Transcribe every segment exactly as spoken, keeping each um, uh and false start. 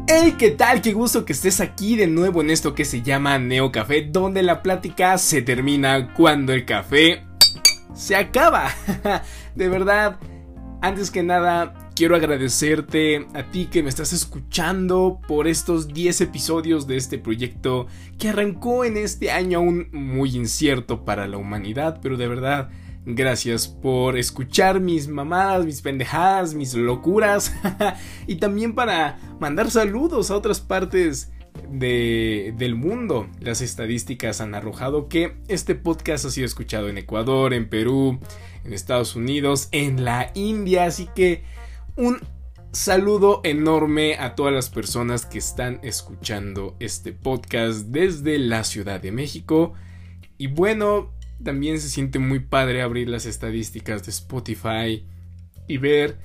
Hey, ¿qué tal? Qué gusto que estés aquí de nuevo en esto que se llama Neo Café, donde la plática se termina cuando el café se acaba. De verdad, antes que nada, quiero agradecerte a ti que me estás escuchando por estos diez episodios de este proyecto que arrancó en este año aún muy incierto para la humanidad, pero de verdad, gracias por escuchar mis mamadas, mis pendejadas, mis locuras y también para mandar saludos a otras partes de, del mundo. Las estadísticas han arrojado que este podcast ha sido escuchado en Ecuador, en Perú, en Estados Unidos, en la India, así que un saludo enorme a todas las personas que están escuchando este podcast desde la Ciudad de México. Y bueno, también se siente muy padre abrir las estadísticas de Spotify y ver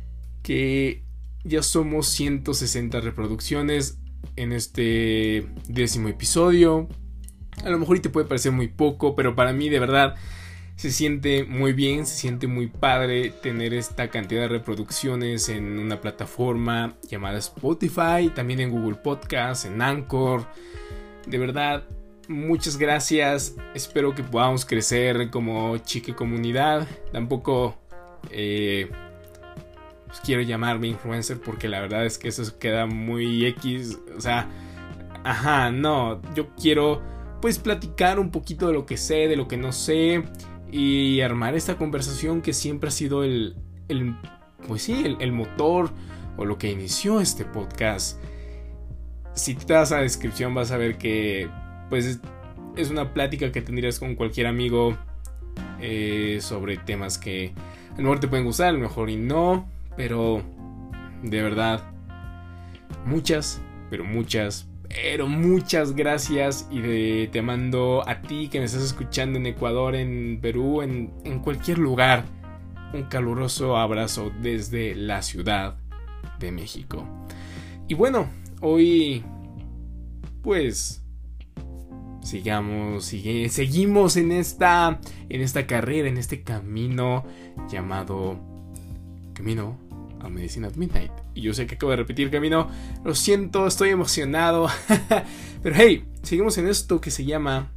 que ya somos ciento sesenta reproducciones en este décimo episodio. A lo mejor te puede parecer muy poco, pero para mí de verdad se siente muy bien, se siente muy padre tener esta cantidad de reproducciones en una plataforma llamada Spotify, también en Google Podcast, en Anchor. De verdad, muchas gracias, espero que podamos crecer como chique comunidad. Tampoco eh, pues quiero llamarme influencer porque la verdad es que eso queda muy X. O sea, ajá, no, yo quiero pues platicar un poquito de lo que sé, de lo que no sé y armar esta conversación que siempre ha sido el, el pues sí, el, el motor o lo que inició este podcast. Si te das a la descripción vas a ver que pues es una plática que tendrías con cualquier amigo eh, sobre temas que a lo mejor te pueden gustar, a lo mejor y no, pero de verdad, muchas, pero muchas, pero muchas gracias y de, te mando a ti que me estás escuchando en Ecuador, en Perú, en, en cualquier lugar, un caluroso abrazo desde la Ciudad de México. Y bueno, hoy pues Sigamos, sigue, seguimos en esta, en esta carrera, en este camino llamado Camino a Medicina at Midnight. Y yo sé que acabo de repetir camino, lo siento, estoy emocionado. Pero hey, seguimos en esto que se llama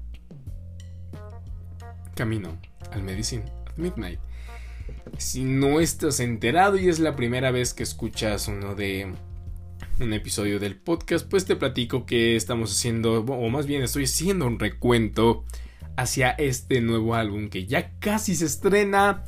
Camino al Medicine at Midnight. Si no estás enterado y es la primera vez que escuchas uno de... un episodio del podcast, pues te platico que estamos haciendo, o más bien estoy haciendo un recuento hacia este nuevo álbum que ya casi se estrena.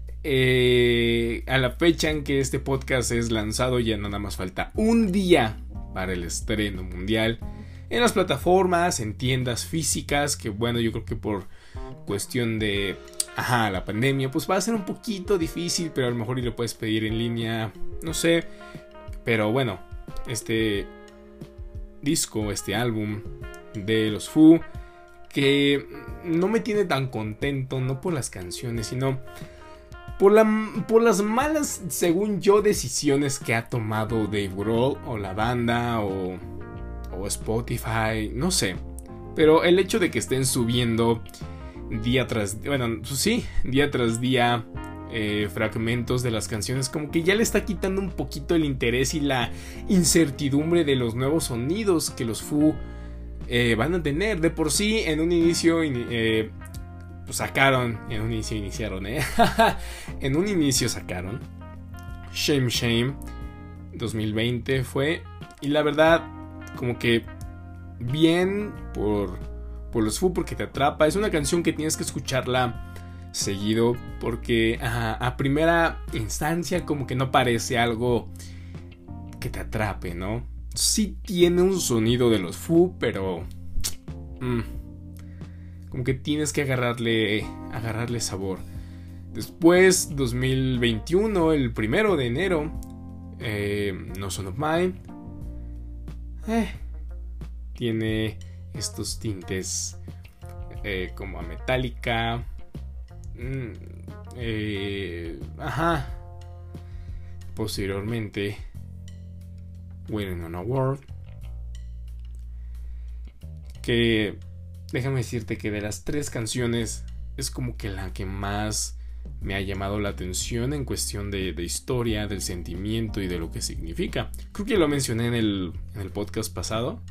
Eh, a la fecha en que este podcast es lanzado ya nada más falta un día para el estreno mundial en las plataformas, en tiendas físicas, que bueno, yo creo que por cuestión de ajá, la pandemia pues va a ser un poquito difícil, pero a lo mejor y lo puedes pedir en línea, no sé, pero bueno, este disco, este álbum de los Foo, que no me tiene tan contento, no por las canciones, sino por, la, por las malas, según yo, decisiones que ha tomado Dave Grohl o la banda o, o Spotify, no sé. Pero el hecho de que estén subiendo día tras, bueno, sí, día tras día Eh, fragmentos de las canciones, como que ya le está quitando un poquito el interés y la incertidumbre de los nuevos sonidos que los Foo eh, van a tener. De por sí, en un inicio eh, pues sacaron, en un inicio iniciaron, eh, en un inicio sacaron Shame Shame dos mil veinte fue, y la verdad como que bien por, por los Foo, porque te atrapa. Es una canción que tienes que escucharla seguido porque a, a primera instancia como que no parece algo que te atrape, ¿no? Sí tiene un sonido de los Foo, pero mmm, como que tienes que agarrarle agarrarle sabor. Después, dos mil veintiuno, el primero de enero, eh, No Son of Mine, eh, tiene estos tintes eh, como a Metallica. Mm, eh, ajá. Posteriormente, Waiting on a World, que déjame decirte que de las tres canciones es como que la que más me ha llamado la atención en cuestión de, de historia, del sentimiento y de lo que significa. Creo que lo mencioné en el, en el podcast pasado.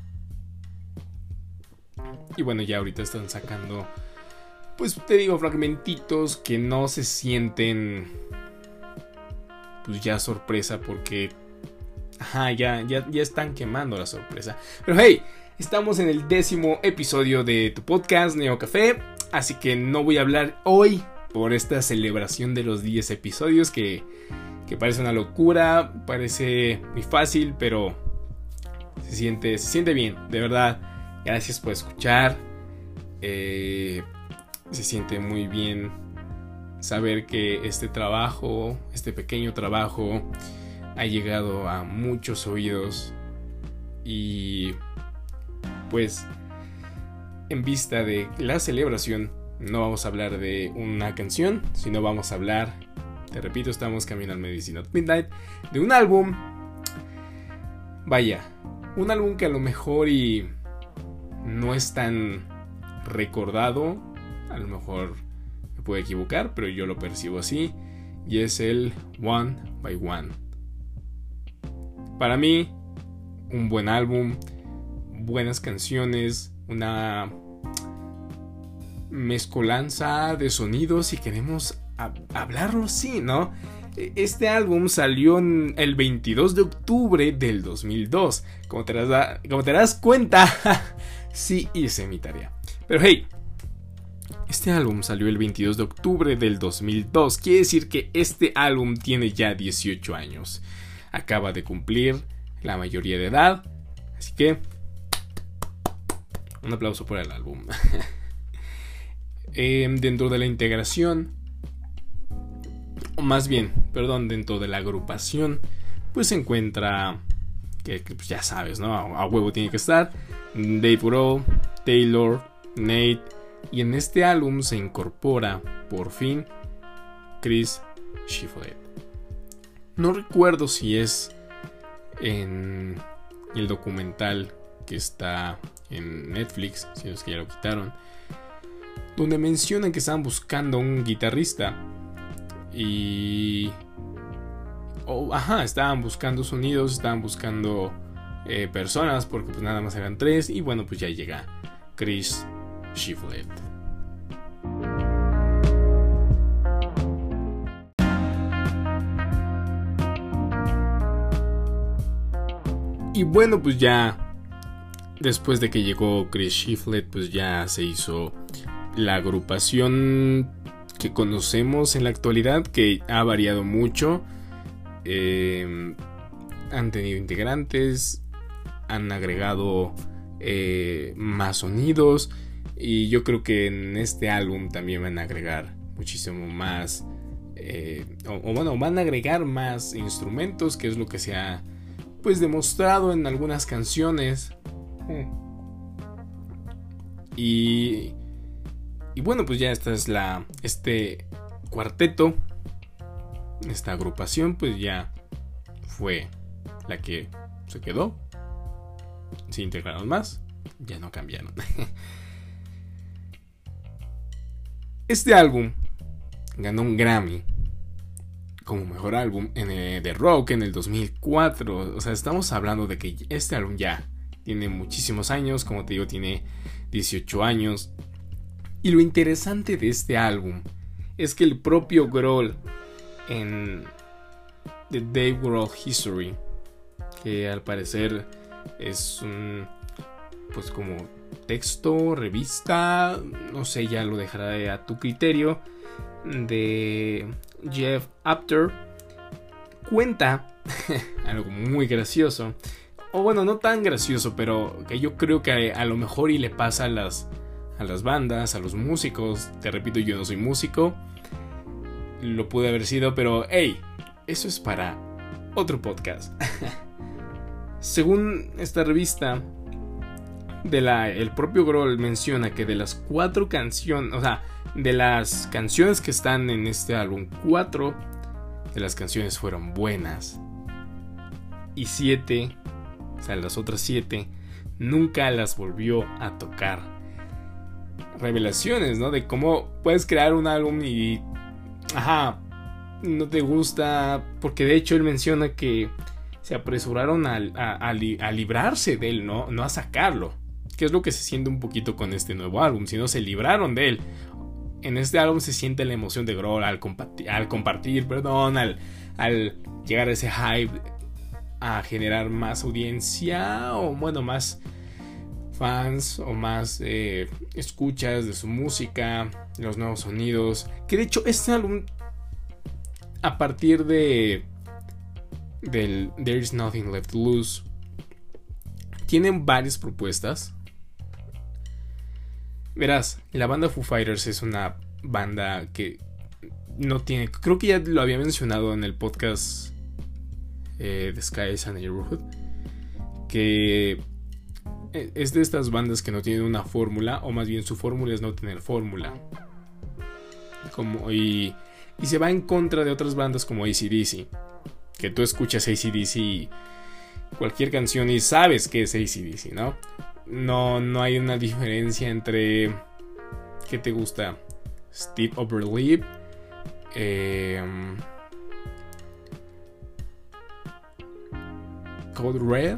Y bueno, ya ahorita están sacando, pues te digo, fragmentitos que no se sienten pues ya sorpresa, porque ajá, ya, ya, ya están quemando la sorpresa. Pero hey, estamos en el décimo episodio de tu podcast Neo Café, así que no voy a hablar hoy por esta celebración de los diez episodios que, que parece una locura, parece muy fácil, pero se siente, se siente bien, de verdad. Gracias por escuchar. Eh, se siente muy bien saber que este trabajo, este pequeño trabajo, ha llegado a muchos oídos. Y pues, en vista de la celebración, no vamos a hablar de una canción, sino vamos a hablar, te repito, estamos camino al Medicine at Midnight, de un álbum. Vaya, un álbum que a lo mejor y no es tan recordado, a lo mejor me puedo equivocar, pero yo lo percibo así, y es el One by One. Para mí, un buen álbum, buenas canciones, una mezcolanza de sonidos, si queremos hab- hablarlo así, ¿no? Este álbum salió en el veintidós de octubre del dos mil dos. Como te das, como te das cuenta, sí hice mi tarea. Pero hey, este álbum salió el veintidós de octubre del dos mil dos. Quiere decir que este álbum tiene ya dieciocho años. Acaba de cumplir la mayoría de edad. Así que un aplauso por el álbum. eh, dentro de la integración, o más bien, perdón, dentro de la agrupación, pues se encuentra, que, que pues ya sabes, ¿no? A, a huevo tiene que estar Dave Grohl, Taylor, Nate, y en este álbum se incorpora por fin Chris Shiflett. No recuerdo si es en el documental que está en Netflix, si no es que ya lo quitaron, donde mencionan que estaban buscando un guitarrista y oh, ajá, estaban buscando sonidos, estaban buscando eh, personas, porque pues nada más eran tres, y bueno, pues ya llega Chris Shiflett. Y bueno, pues ya después de que llegó Chris Shiflett, pues ya se hizo la agrupación que conocemos en la actualidad, que ha variado mucho. Eh, han tenido integrantes, han agregado eh, más sonidos, y yo creo que en este álbum también van a agregar muchísimo más, eh, o, o bueno, van a agregar más instrumentos, que es lo que se ha pues demostrado en algunas canciones. Y Y bueno, pues ya esta es la este cuarteto, esta agrupación, pues ya fue la que se quedó. Se integraron más, ya no cambiaron. Este álbum ganó un Grammy como mejor álbum en el, de rock en el dos mil cuatro. O sea, estamos hablando de que este álbum ya tiene muchísimos años, como te digo, tiene dieciocho años. Y lo interesante de este álbum es que el propio Grohl, en The Dave Grohl History, que al parecer es un pues como texto, revista, no sé, ya lo dejaré a tu criterio, de Jeff Apter, cuenta algo muy gracioso, o bueno, no tan gracioso, pero que yo creo que a, a lo mejor y le pasa a las a las bandas, a los músicos. Te repito, yo no soy músico, lo pude haber sido, pero hey, eso es para otro podcast. Según esta revista, de la, el propio Grohl menciona que de las cuatro canciones, o sea, de las canciones que están en este álbum, cuatro de las canciones fueron buenas, y siete, o sea, las otras siete nunca las volvió a tocar. Revelaciones, ¿no? De cómo puedes crear un álbum y ajá, no te gusta, porque de hecho él menciona que se apresuraron a, a, a, li, a librarse de él, ¿no? No a sacarlo, que es lo que se siente un poquito con este nuevo álbum, sino se libraron de él. En este álbum se siente la emoción de Grohl al compartir, al compartir, perdón, al, al llegar a ese hype, a generar más audiencia, o bueno, más fans, o más eh, escuchas de su música, los nuevos sonidos. Que de hecho este álbum, a partir de del There Is Nothing Left to Lose, tienen varias propuestas. Verás, la banda Foo Fighters es una banda que no tiene, creo que ya lo había mencionado en el podcast eh, The Sky is a Neighborhood, que es de estas bandas que no tienen una fórmula, o más bien su fórmula es no tener fórmula, como, y, y se va en contra de otras bandas como A C D C, que tú escuchas A C D C cualquier canción y sabes que es A C D C, ¿no? No, no hay una diferencia entre, ¿qué te gusta? Steve Overlip, eh, Code Red.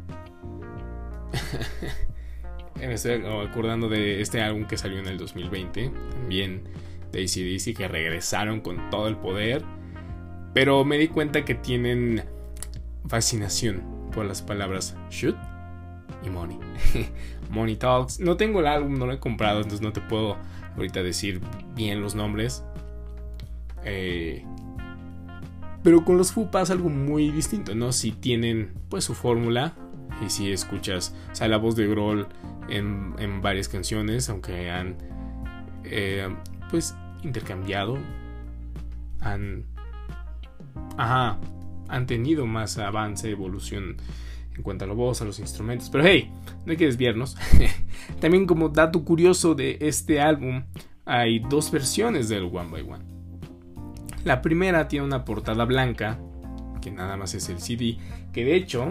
Me estoy acordando de este álbum que salió en el dos mil veinte, también de A C D C, que regresaron con todo el poder, pero me di cuenta que tienen fascinación por las palabras shoot y money. Money Talks. No tengo el álbum, no lo he comprado, entonces no te puedo ahorita decir bien los nombres. Eh, pero con los Foo pasa algo muy distinto, ¿no? Si tienen pues su fórmula, y si escuchas, o sea, la voz de Grohl en, en varias canciones, aunque han eh, pues intercambiado, han ajá, han tenido más avance, evolución en cuanto a la voz, a los instrumentos. Pero hey, no hay que desviarnos. También, como dato curioso de este álbum, hay dos versiones del One by One. La primera tiene una portada blanca, que nada más es el C D, que de hecho,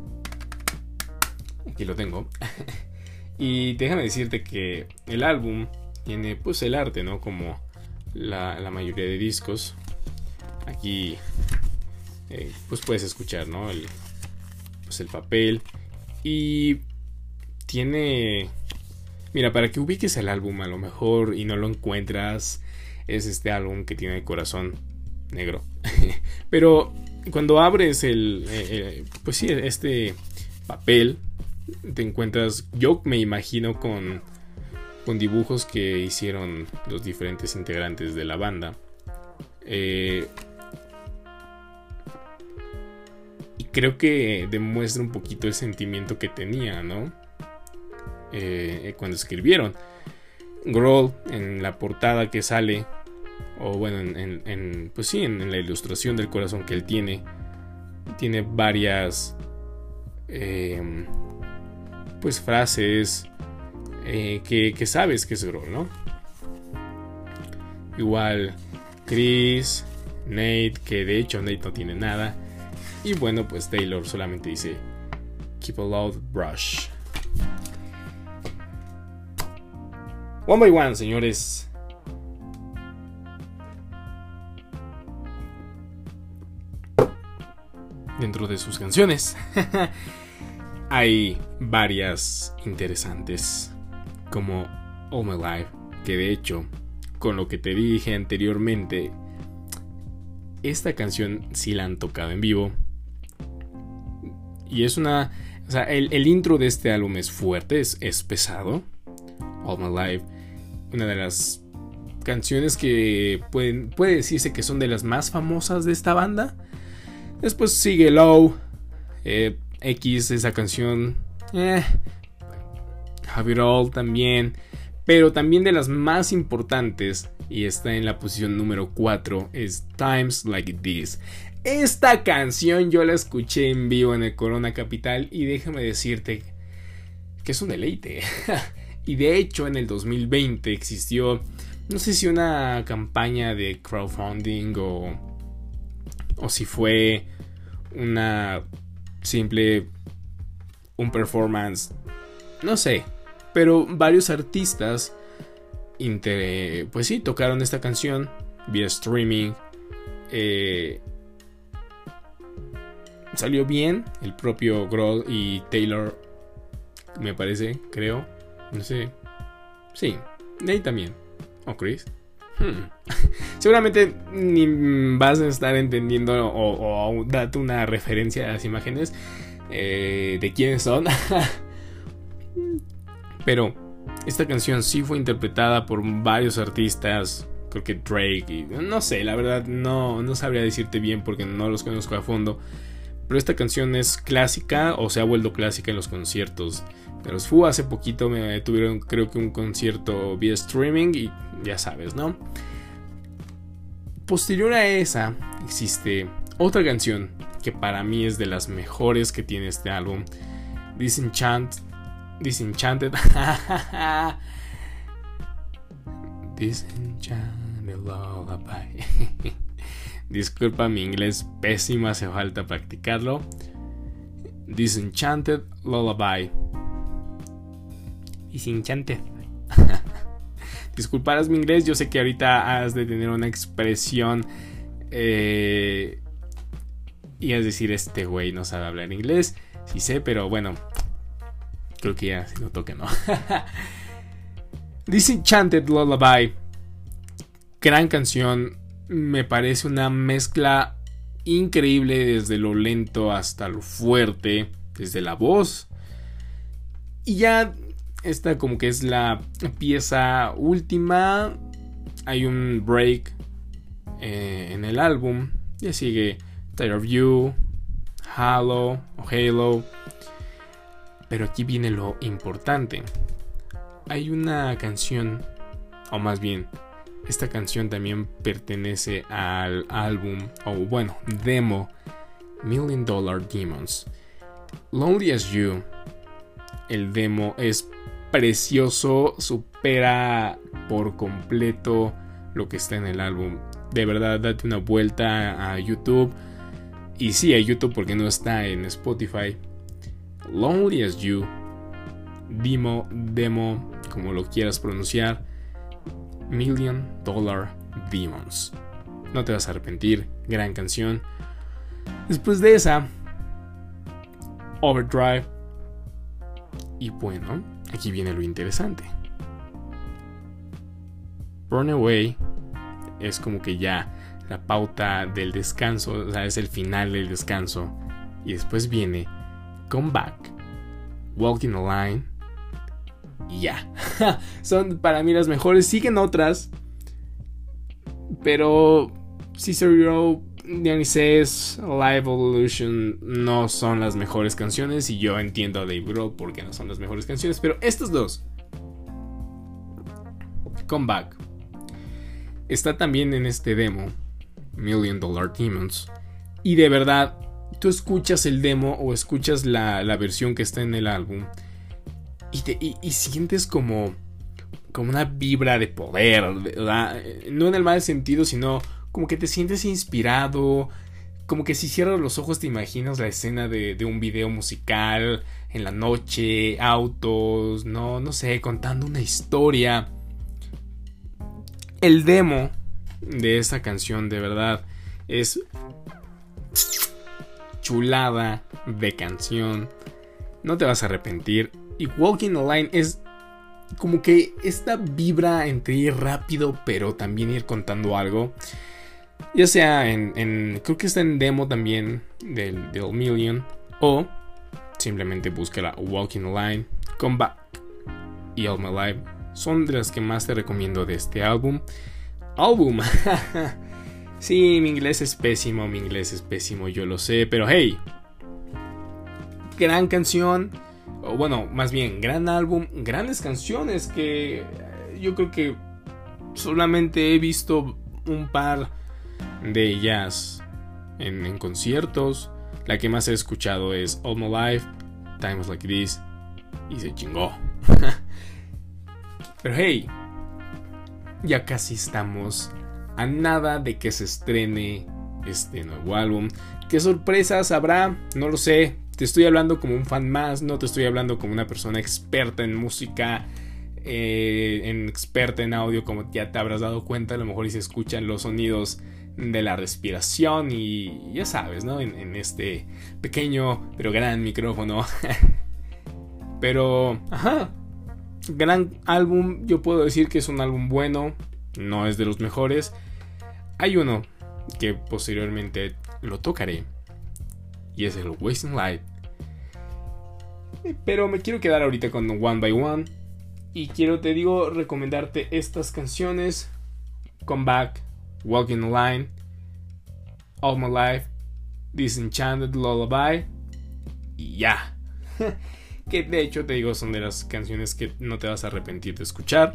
aquí lo tengo. Y déjame decirte que el álbum tiene pues el arte, ¿no? Como la, la mayoría de discos. Aquí eh, pues puedes escuchar, ¿no? El, pues el papel. Y tiene... Mira, para que ubiques el álbum a lo mejor y no lo encuentras, es este álbum que tiene el corazón negro. Pero cuando abres el... Eh, eh, pues sí, este papel, te encuentras, yo me imagino, con, con dibujos que hicieron los diferentes integrantes de la banda. Eh, y creo que demuestra un poquito el sentimiento que tenía, ¿no? Eh, cuando escribieron. Grohl, en la portada que sale, o bueno, en, en, en pues sí, en, en la ilustración del corazón que él tiene, tiene varias eh, pues frases eh, que, que sabes que es Grohl, ¿no? Igual Chris, Nate, que de hecho Nate no tiene nada, y bueno, pues Taylor solamente dice keep a loud brush. One by One, señores. Dentro de sus canciones hay varias interesantes, como All My Life, que de hecho, con lo que te dije anteriormente, esta canción sí la han tocado en vivo. Y es una... O sea, el, el intro de este álbum es fuerte, es, es pesado. All My Life, una de las canciones que pueden, puede decirse que son de las más famosas de esta banda. Después sigue Low, eh, X, esa canción, eh, Have It All también, pero también de las más importantes, y está en la posición número cuatro, es Times Like This. Esta canción yo la escuché en vivo en el Corona Capital y déjame decirte que es un deleite. Y de hecho en el dos mil veinte existió, no sé si una campaña de crowdfunding o, o si fue una simple, un performance, no sé, pero varios artistas inter, pues sí, tocaron esta canción vía streaming. Eh, salió bien. El propio Grohl y Taylor, me parece, creo. No sé. Sí, de ahí también. ¿O Chris? Hmm. Seguramente ni vas a estar entendiendo o, o date una referencia a las imágenes eh, de quiénes son. Pero esta canción sí fue interpretada por varios artistas. Creo que Drake y no sé, la verdad no, no sabría decirte bien porque no los conozco a fondo. Pero esta canción es clásica o se ha vuelto clásica en los conciertos. Pero fue hace poquito, me tuvieron creo que un concierto vía streaming y ya sabes, ¿no? Posterior a esa existe otra canción que para mí es de las mejores que tiene este álbum. Disenchant, Disenchanted. Disenchanted Lullaby. Disculpa mi inglés pésimo, hace falta practicarlo. Disenchanted Lullaby. Disenchanted. Disculparás mi inglés, yo sé que ahorita has de tener una expresión eh, y es decir, este güey no sabe hablar inglés. Sí sé, pero bueno, creo que ya se notó que no. Disenchanted Lullaby, gran canción, me parece una mezcla increíble desde lo lento hasta lo fuerte, desde la voz. Y ya esta como que es la pieza última. Hay un break eh, en el álbum. Ya sigue Tired of You, Halo o Halo. Pero aquí viene lo importante. Hay una canción, o más bien, esta canción también pertenece al álbum, o bueno, demo, Million Dollar Demons. Lonely as You. El demo es precioso, supera por completo lo que está en el álbum. De verdad, date una vuelta a YouTube. Y sí, a YouTube porque no está en Spotify. Lonely as You, demo, demo, como lo quieras pronunciar. Million Dollar Demons. No te vas a arrepentir, gran canción. Después de esa, Overdrive. Y bueno, aquí viene lo interesante. Runaway es como que ya la pauta del descanso, o sea, es el final del descanso. Y después viene Come Back, Walking the Line. Y ya. Son para mí las mejores. Siguen otras, pero Cicero, Dionysus, Live Evolution no son las mejores canciones. Y yo entiendo a Dave Grohl porque no son las mejores canciones. Pero estas dos, Come Back, está también en este demo, Million Dollar Demons. Y de verdad, tú escuchas el demo o escuchas la, la versión que está en el álbum y, te, y, y sientes como, como una vibra de poder, ¿verdad? No en el mal sentido, sino como que te sientes inspirado. Como que si cierras los ojos te imaginas la escena de, de un video musical en la noche, autos, no, no sé, contando una historia. El demo de esta canción de verdad es chulada de canción. No te vas a arrepentir. Y Walking the Line es como que esta vibra entre ir rápido pero también ir contando algo. Ya sea en, en creo que está en demo también del, del Million. O simplemente búscala Walking the Line, Come Back y All My Life. Son de las que más te recomiendo de este álbum. Álbum. Sí, mi inglés es pésimo, mi inglés es pésimo, yo lo sé, pero hey, gran canción, o bueno, más bien, gran álbum, grandes canciones que yo creo que solamente he visto un par de ellas en, en conciertos. La que más he escuchado es All My Life, Times Like This, y se chingó. Pero hey, ya casi estamos a nada de que se estrene este nuevo álbum. ¿Qué sorpresas habrá? No lo sé. Te estoy hablando como un fan más, no te estoy hablando como una persona experta en música eh, en experta en audio, como ya te habrás dado cuenta, a lo mejor y se escuchan los sonidos de la respiración y ya sabes, ¿no? En, en este pequeño pero gran micrófono. Pero, ajá, gran álbum. Yo puedo decir que es un álbum bueno, no es de los mejores. Hay uno que posteriormente lo tocaré y es el Wasting Light. Pero me quiero quedar ahorita con One by One. Y quiero, te digo, recomendarte estas canciones: Come Back, Walking the Line, All My Life, Disenchanted Lullaby y ya. Que de hecho, te digo, son de las canciones que no te vas a arrepentir de escuchar.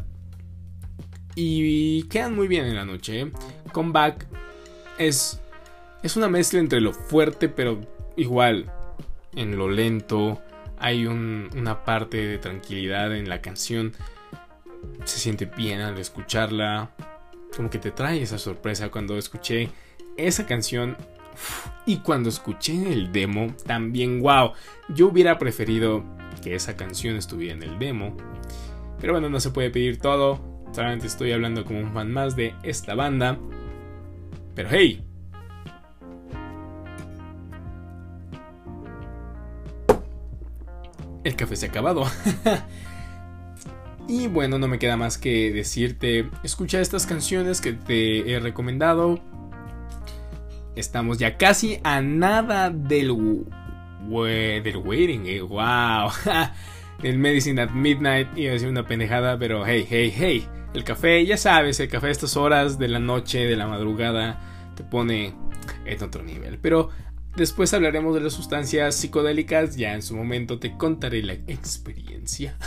Y quedan muy bien en la noche, ¿eh? Come Back es, es una mezcla entre lo fuerte, pero igual en lo lento. Hay un, una parte de tranquilidad en la canción. Se siente bien al escucharla. Como que te trae esa sorpresa. Cuando escuché esa canción uf, y cuando escuché el demo también, wow. Yo hubiera preferido que esa canción estuviera en el demo, pero bueno, no se puede pedir todo. Solamente estoy hablando como un fan más de esta banda. Pero hey, el café se ha acabado. Y bueno, no me queda más que decirte, escucha estas canciones que te he recomendado. Estamos ya casi a nada del we, del waiting, eh, wow. Del Medicine at Midnight. Iba a decir una pendejada, pero hey, hey, hey. El café, ya sabes, el café a estas horas de la noche, de la madrugada, te pone en otro nivel. Pero después hablaremos de las sustancias psicodélicas. Ya en su momento te contaré la experiencia.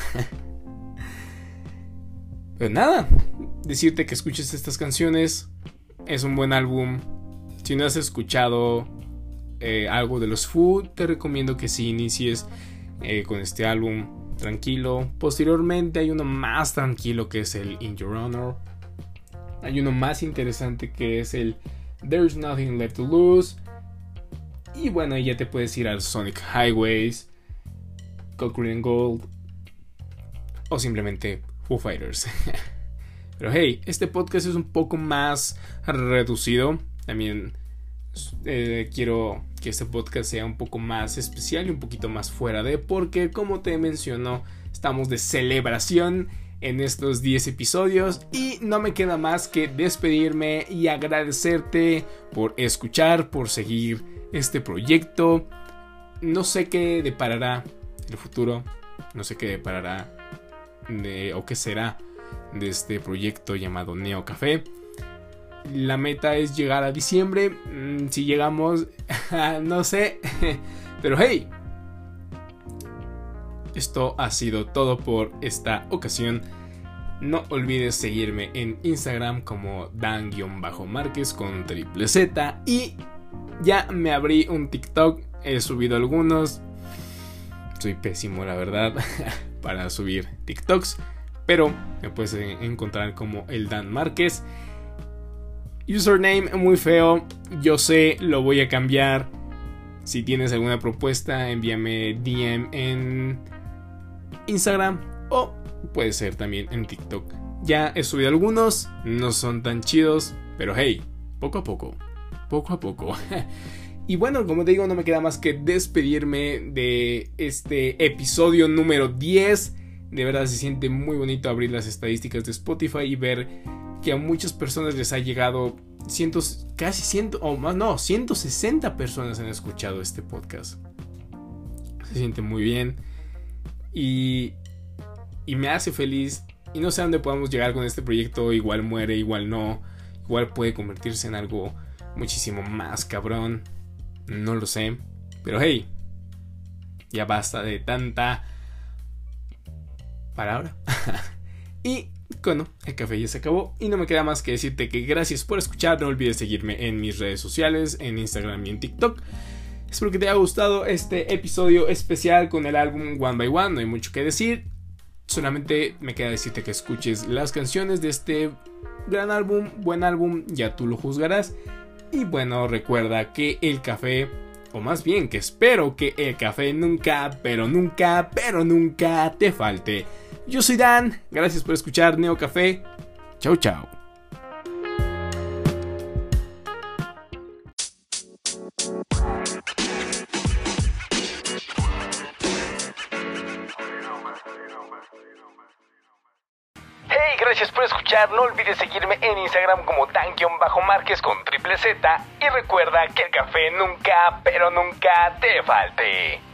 Pero nada, decirte que escuches estas canciones. Es un buen álbum. Si no has escuchado eh, algo de los Foo, te recomiendo que sí inicies eh, con este álbum tranquilo. Posteriormente hay uno más tranquilo que es el In Your Honor. Hay uno más interesante que es el There's Nothing Left to Lose. Y bueno, ya te puedes ir al Sonic Highways, Concrete and Gold o simplemente Foo Fighters. Pero hey, este podcast es un poco más reducido. También eh, quiero que este podcast sea un poco más especial y un poquito más fuera de, porque como te menciono, estamos de celebración en estos diez episodios y no me queda más que despedirme y agradecerte por escuchar, por seguir este proyecto. No sé qué deparará el futuro, no sé qué deparará de, o qué será de este proyecto llamado Neo Café. La meta es llegar a diciembre. Si llegamos, no sé. Pero hey, esto ha sido todo por esta ocasión. No olvides seguirme en Instagram como Dan-Márquez con triple Z. Y ya me abrí un TikTok. He subido algunos. Soy pésimo, la verdad, para subir TikToks. Pero me puedes encontrar como el Dan Márquez. Username muy feo, yo sé, lo voy a cambiar. Si tienes alguna propuesta, envíame D M en Instagram o puede ser también en TikTok. Ya he subido algunos, no son tan chidos, pero hey, poco a poco, poco a poco. Y bueno, como te digo, no me queda más que despedirme de este episodio número diez. De verdad se siente muy bonito abrir las estadísticas de Spotify y ver que a muchas personas les ha llegado cientos, casi ciento, o más, no, ciento sesenta personas han escuchado este podcast. Se siente muy bien y, y me hace feliz. Y no sé a dónde podamos llegar con este proyecto. Igual muere, igual no. Igual puede convertirse en algo muchísimo más cabrón. No lo sé. Pero hey, ya basta de tanta palabra. Y bueno, el café ya se acabó y no me queda más que decirte que gracias por escuchar. No olvides seguirme en mis redes sociales, en Instagram y en TikTok. Espero que te haya gustado este episodio especial con el álbum One by One. No hay mucho que decir, solamente me queda decirte que escuches las canciones de este gran álbum, buen álbum, ya tú lo juzgarás. Y bueno, recuerda que el café, o más bien que espero que el café nunca, pero nunca, pero nunca te falte. Yo soy Dan, gracias por escuchar Neo Café. Chau, chau. Hey, gracias por escuchar. No olvides seguirme en Instagram como Dan-Márquez con triple Z. Y recuerda que el café nunca, pero nunca te falte.